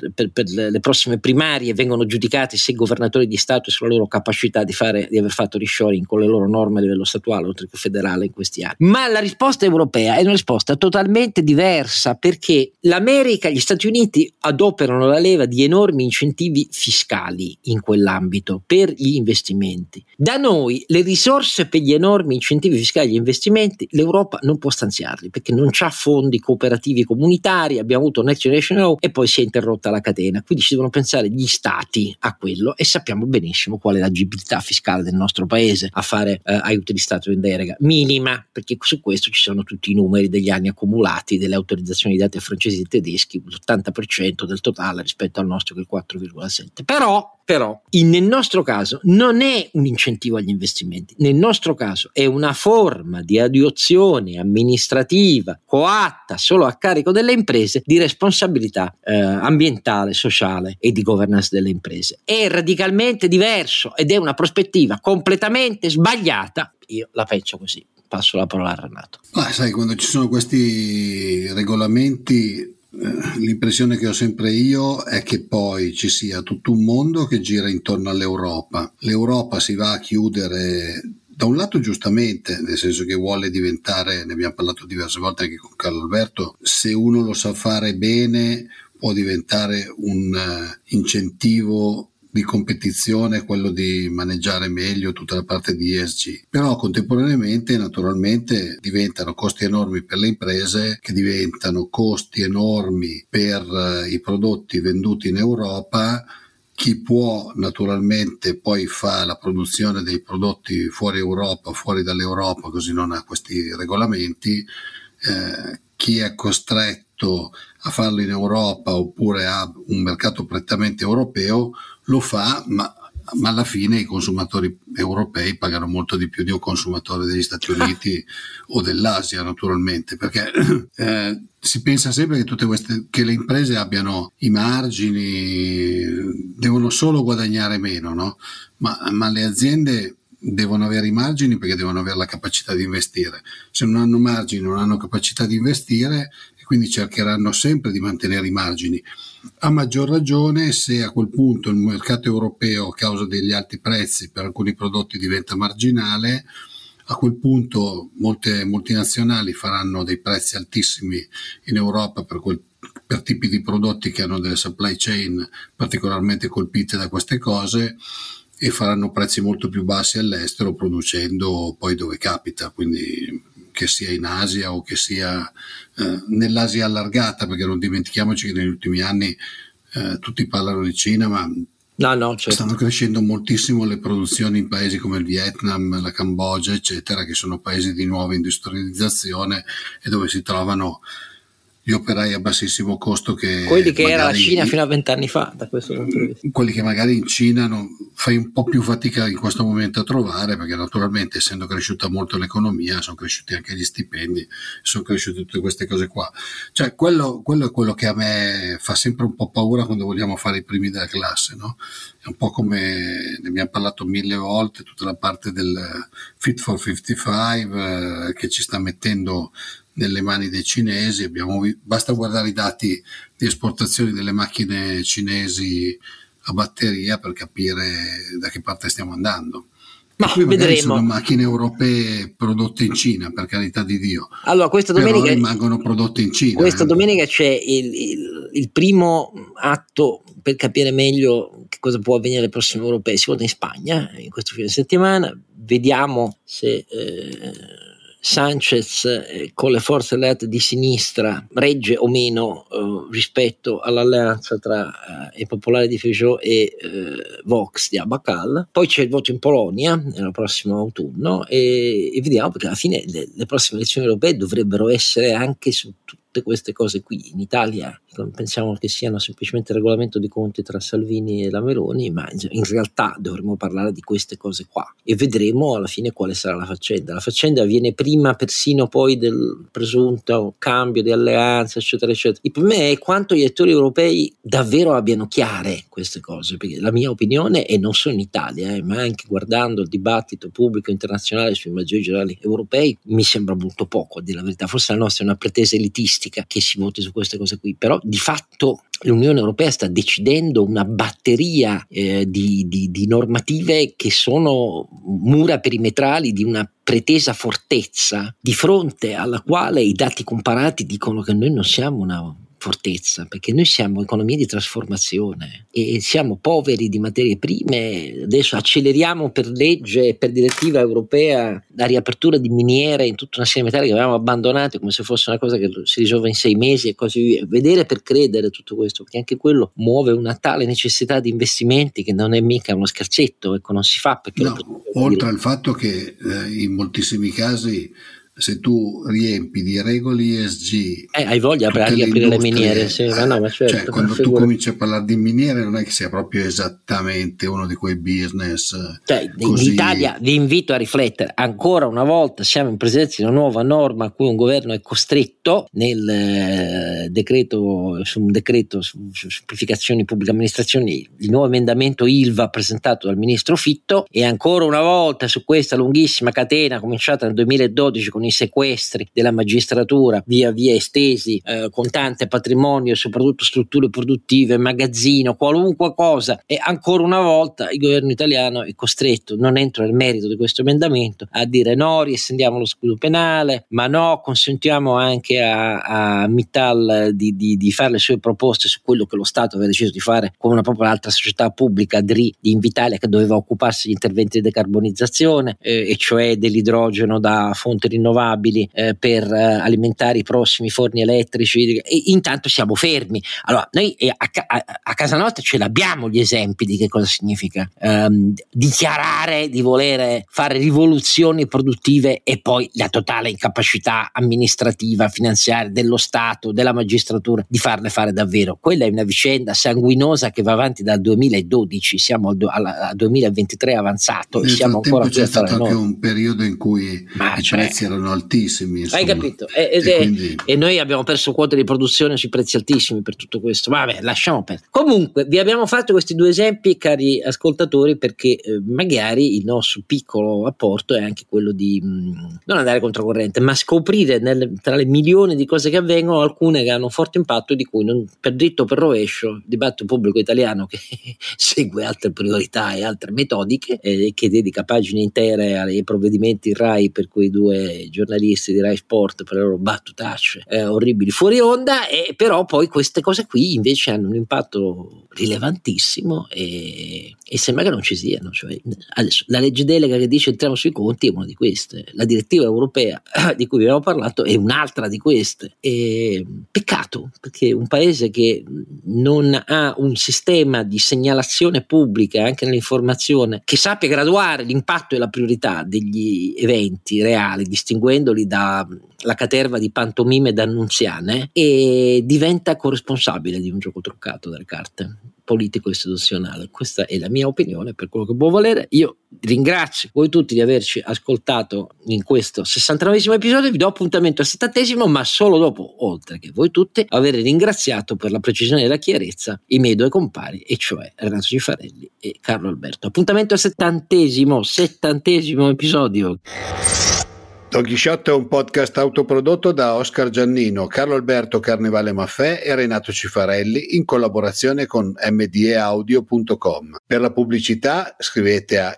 le prossime primarie vengono giudicati se governatori di Stato sulla loro capacità di aver fatto reshoring con le loro norme a livello statuale oltre che federale in questi anni. Ma la risposta europea è una risposta totalmente diversa, perché l'America, gli Stati Uniti adoperano la leva di enormi incentivi fiscali in quell'ambito per gli investimenti. Da noi le risorse per gli enormi incentivi fiscali agli investimenti l'Europa non può stanziarli, perché non c'ha fondi cooperativi comunitari, abbiamo avuto Next Generation EU e poi si è interrotta la catena, quindi ci devono pensare gli stati a quello, e sappiamo benissimo qual è l'agibilità fiscale del nostro paese a fare aiuti di Stato in deroga minima, perché su questo ci sono tutti i numeri degli anni accumulati delle autorizzazioni date a francesi e tedeschi, l'80% del totale rispetto al nostro che è il 4,7%. Però nel nostro caso non è un incentivo agli investimenti, nel nostro caso è una forma di adozione amministrativa coatta solo a carico delle imprese di responsabilità ambientale, sociale e di governance delle imprese. È radicalmente diverso ed è una prospettiva completamente sbagliata. Io la penso così. Passo la parola a Renato. Sai, quando ci sono questi regolamenti, l'impressione che ho sempre io è che poi ci sia tutto un mondo che gira intorno all'Europa. L'Europa si va a chiudere, da un lato giustamente, nel senso che vuole diventare, ne abbiamo parlato diverse volte anche con Carlo Alberto, se uno lo sa fare bene può diventare un incentivo di competizione, quello di maneggiare meglio tutta la parte di ESG, però contemporaneamente naturalmente diventano costi enormi per le imprese, che diventano costi enormi per i prodotti venduti in Europa. Chi può naturalmente poi fa la produzione dei prodotti fuori Europa, fuori dall'Europa, così non ha questi regolamenti. Chi è costretto a farlo in Europa oppure ha un mercato prettamente europeo lo fa, ma alla fine i consumatori europei pagano molto di più di un consumatore degli Stati Uniti o dell'Asia, naturalmente, perché si pensa sempre che le imprese abbiano i margini, devono solo guadagnare meno, no? Ma le aziende devono avere i margini perché devono avere la capacità di investire. Se non hanno margini non hanno capacità di investire e quindi cercheranno sempre di mantenere i margini. A maggior ragione se a quel punto il mercato europeo, a causa degli alti prezzi per alcuni prodotti, diventa marginale, a quel punto molte multinazionali faranno dei prezzi altissimi in Europa per tipi di prodotti che hanno delle supply chain particolarmente colpite da queste cose, e faranno prezzi molto più bassi all'estero, producendo poi dove capita, quindi che sia in Asia o che sia nell'Asia allargata, perché non dimentichiamoci che negli ultimi anni tutti parlano di Cina, ma certo, stanno crescendo moltissimo le produzioni in paesi come il Vietnam, la Cambogia, eccetera, che sono paesi di nuova industrializzazione e dove si trovano gli operai a bassissimo costo, quelli che era la Cina fino a 20 anni fa, da questo punto di vista. Quelli che magari in Cina fai un po' più fatica in questo momento a trovare, perché naturalmente essendo cresciuta molto l'economia sono cresciuti anche gli stipendi, sono cresciute tutte queste cose qua. Cioè quello è quello che a me fa sempre un po' paura quando vogliamo fare i primi della classe, no? È un po' come ne abbiamo parlato 1000 volte, tutta la parte del Fit for 55 che ci sta mettendo nelle mani dei cinesi. Basta guardare i dati di esportazioni delle macchine cinesi a batteria per capire da che parte stiamo andando. Ma vedremo. Sono macchine europee prodotte in Cina, per carità di Dio. Allora, questa domenica rimangono prodotte in Cina. Questa domenica c'è il primo atto per capire meglio che cosa può avvenire alle prossime europee. Si vota in Spagna in questo fine settimana. Vediamo se Sanchez con le forze alleate di sinistra regge o meno rispetto all'alleanza tra i popolari di Feijóo e Vox di Abascal. Poi c'è il voto in Polonia nel prossimo autunno e vediamo, perché alla fine le prossime elezioni europee dovrebbero essere anche su tutte queste cose qui. In Italia pensiamo che siano semplicemente il regolamento di conti tra Salvini e la Meloni, ma in realtà dovremmo parlare di queste cose qua e vedremo alla fine quale sarà la faccenda. La faccenda viene prima persino poi del presunto cambio di alleanza, eccetera eccetera. Il problema è quanto gli elettori europei davvero abbiano chiare queste cose, perché la mia opinione, e non solo in Italia ma anche guardando il dibattito pubblico internazionale sui maggiori generali europei, mi sembra molto poco, a dire la verità. Forse la nostra è una pretesa elitistica che si voti su queste cose qui, però di fatto l'Unione Europea sta decidendo una batteria di normative che sono mura perimetrali di una pretesa fortezza, di fronte alla quale i dati comparati dicono che noi non siamo una fortezza, perché noi siamo economie di trasformazione e siamo poveri di materie prime. Adesso acceleriamo per legge e per direttiva europea la riapertura di miniere in tutta una serie di metalli che avevamo abbandonato come se fosse una cosa che si risolve in 6 mesi e così via. Vedere per credere tutto questo, perché anche quello muove una tale necessità di investimenti che non è mica uno scherzetto, ecco, non si fa perché oltre al fatto che in moltissimi casi se tu riempi di regole ESG hai voglia di aprire le miniere, sì, ma certo, cioè, quando tu cominci a parlare di miniere non è che sia proprio esattamente uno di quei business così. In Italia vi invito a riflettere ancora una volta, siamo in presenza di una nuova norma a cui un governo è costretto nel decreto su semplificazioni pubbliche amministrazioni, il nuovo emendamento ILVA presentato dal ministro Fitto, e ancora una volta su questa lunghissima catena cominciata nel 2012 con con i sequestri della magistratura via via estesi, con tante patrimonio, soprattutto strutture produttive, magazzino, qualunque cosa, e ancora una volta il governo italiano è costretto, non entro nel merito di questo emendamento, a dire no, riestendiamo lo scudo penale, ma no, consentiamo anche a Mittal di fare le sue proposte su quello che lo Stato aveva deciso di fare con una propria altra società pubblica, DRI di Invitalia, che doveva occuparsi di interventi di decarbonizzazione, e cioè dell'idrogeno da fonti rinnovabili per alimentare i prossimi forni elettrici, e intanto siamo fermi. Allora noi a casa nostra ce l'abbiamo gli esempi di che cosa significa dichiarare di volere fare rivoluzioni produttive e poi la totale incapacità amministrativa, finanziaria dello Stato, della magistratura di farle fare davvero. Quella è una vicenda sanguinosa che va avanti dal 2012, siamo al 2023 avanzato e siamo ancora c'è stato anche un periodo in cui i prezzi erano altissimi, insomma. Hai capito? E noi abbiamo perso quote di produzione sui prezzi altissimi per tutto questo. Vabbè, lasciamo perdere. Comunque vi abbiamo fatto questi due esempi, cari ascoltatori, perché magari il nostro piccolo apporto è anche quello di non andare controcorrente, ma scoprire tra le milioni di cose che avvengono alcune che hanno un forte impatto, di cui non per dritto o per rovescio il dibattito pubblico italiano, che segue altre priorità e altre metodiche, che dedica pagine intere ai provvedimenti RAI per quei due giornalisti di Rai Sport per le loro battutacce orribili fuori onda, e però poi queste cose qui invece hanno un impatto rilevantissimo e sembra che non ci siano. Cioè, adesso la legge delega che dice entriamo sui conti è una di queste, la direttiva europea di cui abbiamo parlato è un'altra di queste, e peccato, perché un paese che non ha un sistema di segnalazione pubblica anche nell'informazione che sappia graduare l'impatto e la priorità degli eventi reali, distinguendoli dalla caterva di pantomime d'annunziane, e diventa corresponsabile di un gioco truccato dalle carte politico-istituzionale. Questa è la mia opinione, per quello che può valere. Io ringrazio voi tutti di averci ascoltato in questo 69esimo episodio, vi do appuntamento al 70esimo, ma solo dopo, oltre che voi tutti, aver ringraziato per la precisione e la chiarezza i miei due compari, e cioè Renato Cifarelli e Carlo Alberto. Appuntamento al 70esimo episodio. Don Chisciotte è un podcast autoprodotto da Oscar Giannino, Carlo Alberto Carnevale Maffè e Renato Cifarelli in collaborazione con mdeaudio.com. Per la pubblicità scrivete a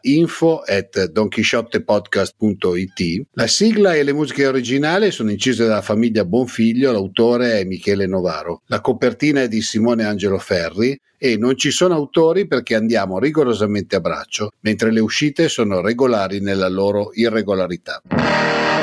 info@donchisciottepodcast.it. La sigla e le musiche originali sono incise dalla famiglia Bonfiglio, l'autore è Michele Novaro. La copertina è di Simone Angelo Ferri e non ci sono autori perché andiamo rigorosamente a braccio, mentre le uscite sono regolari nella loro irregolarità.